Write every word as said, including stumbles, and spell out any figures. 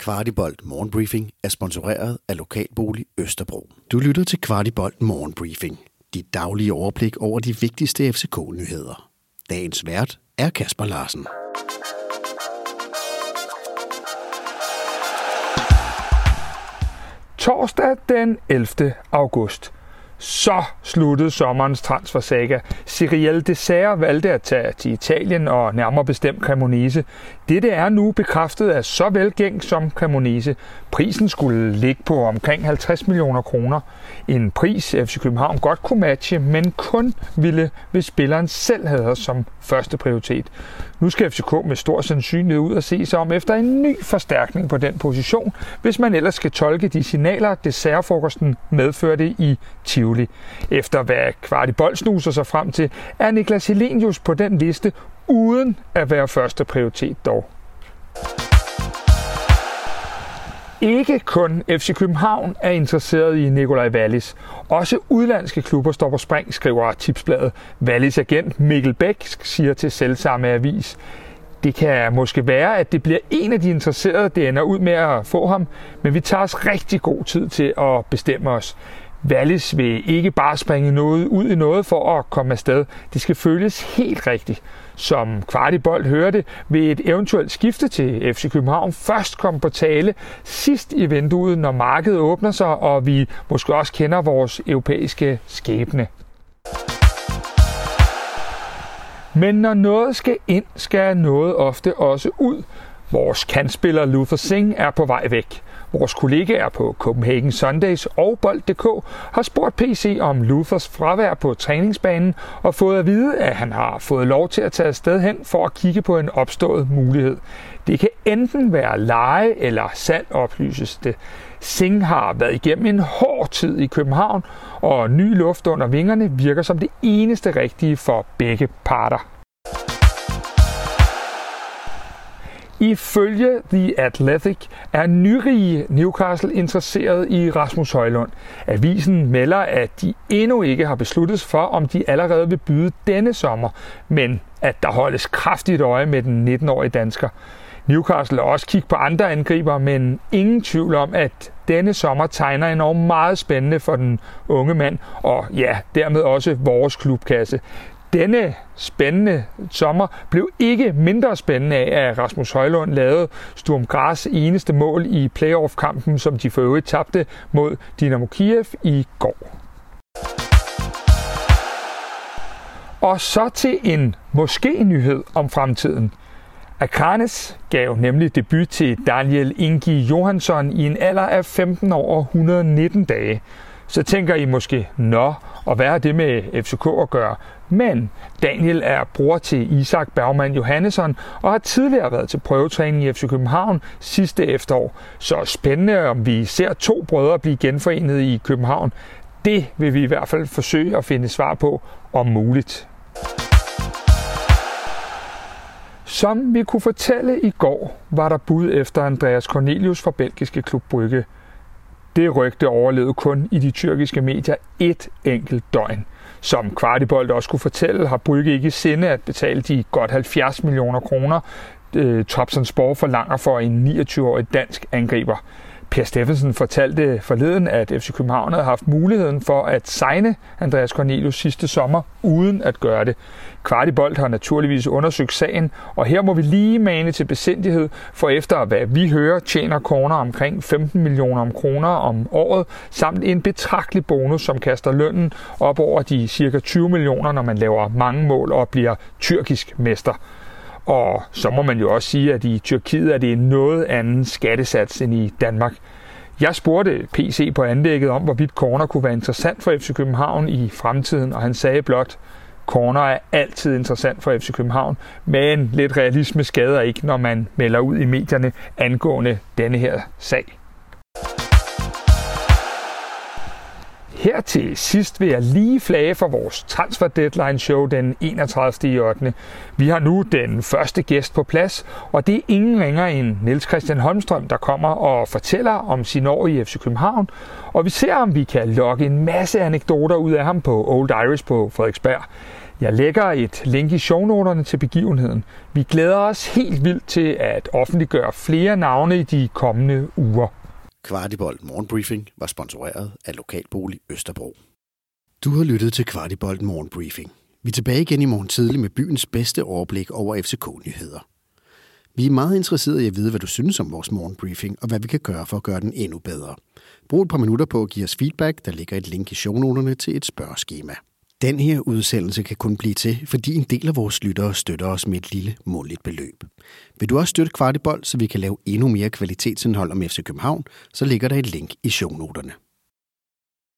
Kvartibolt Morgenbriefing er sponsoreret af Lokalbolig Østerbro. Du lytter til Kvartibolt Morgenbriefing. Dit daglige overblik over de vigtigste F C K-nyheder. Dagens vært er Kasper Larsen. Torsdag den ellevte august. Så sluttede sommerens transfersaga. Cyriel Dessers valgte at tage til Italien og nærmere bestemt Cremonese. Dette er nu bekræftet af såvel Genk som Cremonese. Prisen skulle ligge på omkring halvtreds millioner kroner. En pris F C København godt kunne matche, men kun ville, hvis spilleren selv havde som første prioritet. Nu skal F C K med stor sandsynlighed ud og se sig om efter en ny forstærkning på den position, hvis man ellers skal tolke de signaler, Dessers-frokosten medførte i Tivoli. Efter hvad Kvartibolt snuser sig frem til, er Niklas Helenius på den liste uden at være første prioritet dog. Ikke kun F C København er interesseret i Nicolai Wallis. Også udlandske klubber står på spring, skriver Tipsbladet. Wallis agent Mikkel Bæk siger til selvsamme avis: det kan måske være, at det bliver en af de interesserede, det ender ud med at få ham, men vi tager os rigtig god tid til at bestemme os. Wallis vil ikke bare springe noget ud i noget for at komme afsted. Det skal føles helt rigtigt. Som Kvartibolt hørte, vil et eventuelt skifte til F C København først komme på tale sidst i vinduet, når markedet åbner sig, og vi måske også kender vores europæiske skæbne. Men når noget skal ind, skal noget ofte også ud. Vores kantspiller Luther Singh er på vej væk. Vores kollegaer på Copenhagen Sundays og Bold punktum d k har spurgt P C om Luthers fravær på træningsbanen og fået at vide, at han har fået lov til at tage afsted hen for at kigge på en opstået mulighed. Det kan enten være leje eller salg, oplyses det. Singh har været igennem en hård tid i København, og ny luft under vingerne virker som det eneste rigtige for begge parter. Ifølge The Athletic er nyrige Newcastle interesseret i Rasmus Højlund. Avisen melder, at de endnu ikke har besluttet sig for, om de allerede vil byde denne sommer, men at der holdes kraftigt øje med den nitten-årige dansker. Newcastle har også kigget på andre angriber, men ingen tvivl om, at denne sommer tegner enormt meget spændende for den unge mand, og ja, dermed også vores klubkasse. Denne spændende sommer blev ikke mindre spændende af, at Rasmus Højlund lavede Sturm Graz eneste mål i playoff-kampen, som de for øvrigt tabte mod Dynamo Kiev i går. Og så til en måske-nyhed om fremtiden. Akranes gav nemlig debut til Daniel Ingi Johansson i en alder af femten år og et hundrede og nitten dage. Så tænker I måske, nå, og hvad har det med F C K at gøre? Men Daniel er bror til Isak Bergman Johannesson og har tidligere været til prøvetræning i F C København sidste efterår. Så spændende, om vi ser to brødre blive genforenet i København. Det vil vi i hvert fald forsøge at finde svar på, om muligt. Som vi kunne fortælle i går, var der bud efter Andreas Cornelius fra belgiske klub Brugge. Det rygte overlevede kun i de tyrkiske medier et enkelt døgn. Som Kvartibolt også kunne fortælle, har Brugge ikke i sinde at betale de godt halvfjerds millioner kroner, øh, Trabzonspor forlanger for en niogtyve-årig dansk angriber. Per Steffensen fortalte forleden, at F C København havde haft muligheden for at signe Andreas Cornelius sidste sommer, uden at gøre det. Kvartibolt har naturligvis undersøgt sagen, og her må vi lige mane til besindighed, for efter hvad vi hører, tjener Corner omkring femten millioner kroner om året, samt en betragtelig bonus, som kaster lønnen op over de cirka tyve millioner, når man laver mange mål og bliver tyrkisk mester. Og så må man jo også sige, at i Tyrkiet er det en noget anden skattesats end i Danmark. Jeg spurgte P C på anlægget om, hvorvidt Corner kunne være interessant for F C København i fremtiden, og han sagde blot: Corner er altid interessant for F C København, men lidt realisme skader ikke, når man melder ud i medierne angående denne her sag. Her til sidst vil jeg lige flage for vores Transfer Deadline Show den enogtredivte i ottende Vi har nu den første gæst på plads, og det er ingen ringer end Niels Christian Holmstrøm, der kommer og fortæller om sin år i F C København, og vi ser, om vi kan lokke en masse anekdoter ud af ham på Old Irish på Frederiksberg. Jeg lægger et link i shownoterne til begivenheden. Vi glæder os helt vildt til at offentliggøre flere navne i de kommende uger. Kvartibolt Morgenbriefing var sponsoreret af Lokalbolig Østerbro. Du har lyttet til Kvartibolt Morgenbriefing. Vi er tilbage igen i morgen tidlig med byens bedste overblik over F C K-nyheder. Vi er meget interesserede i at vide, hvad du synes om vores morgenbriefing, og hvad vi kan gøre for at gøre den endnu bedre. Brug et par minutter på at give os feedback. Der ligger et link i shownoterne til et spørgeskema. Den her udsendelse kan kun blive til, fordi en del af vores lyttere støtter os med et lille månedligt beløb. Vil du også støtte Kvartibolt, så vi kan lave endnu mere kvalitetsindhold om F C København, så ligger der et link i shownoterne.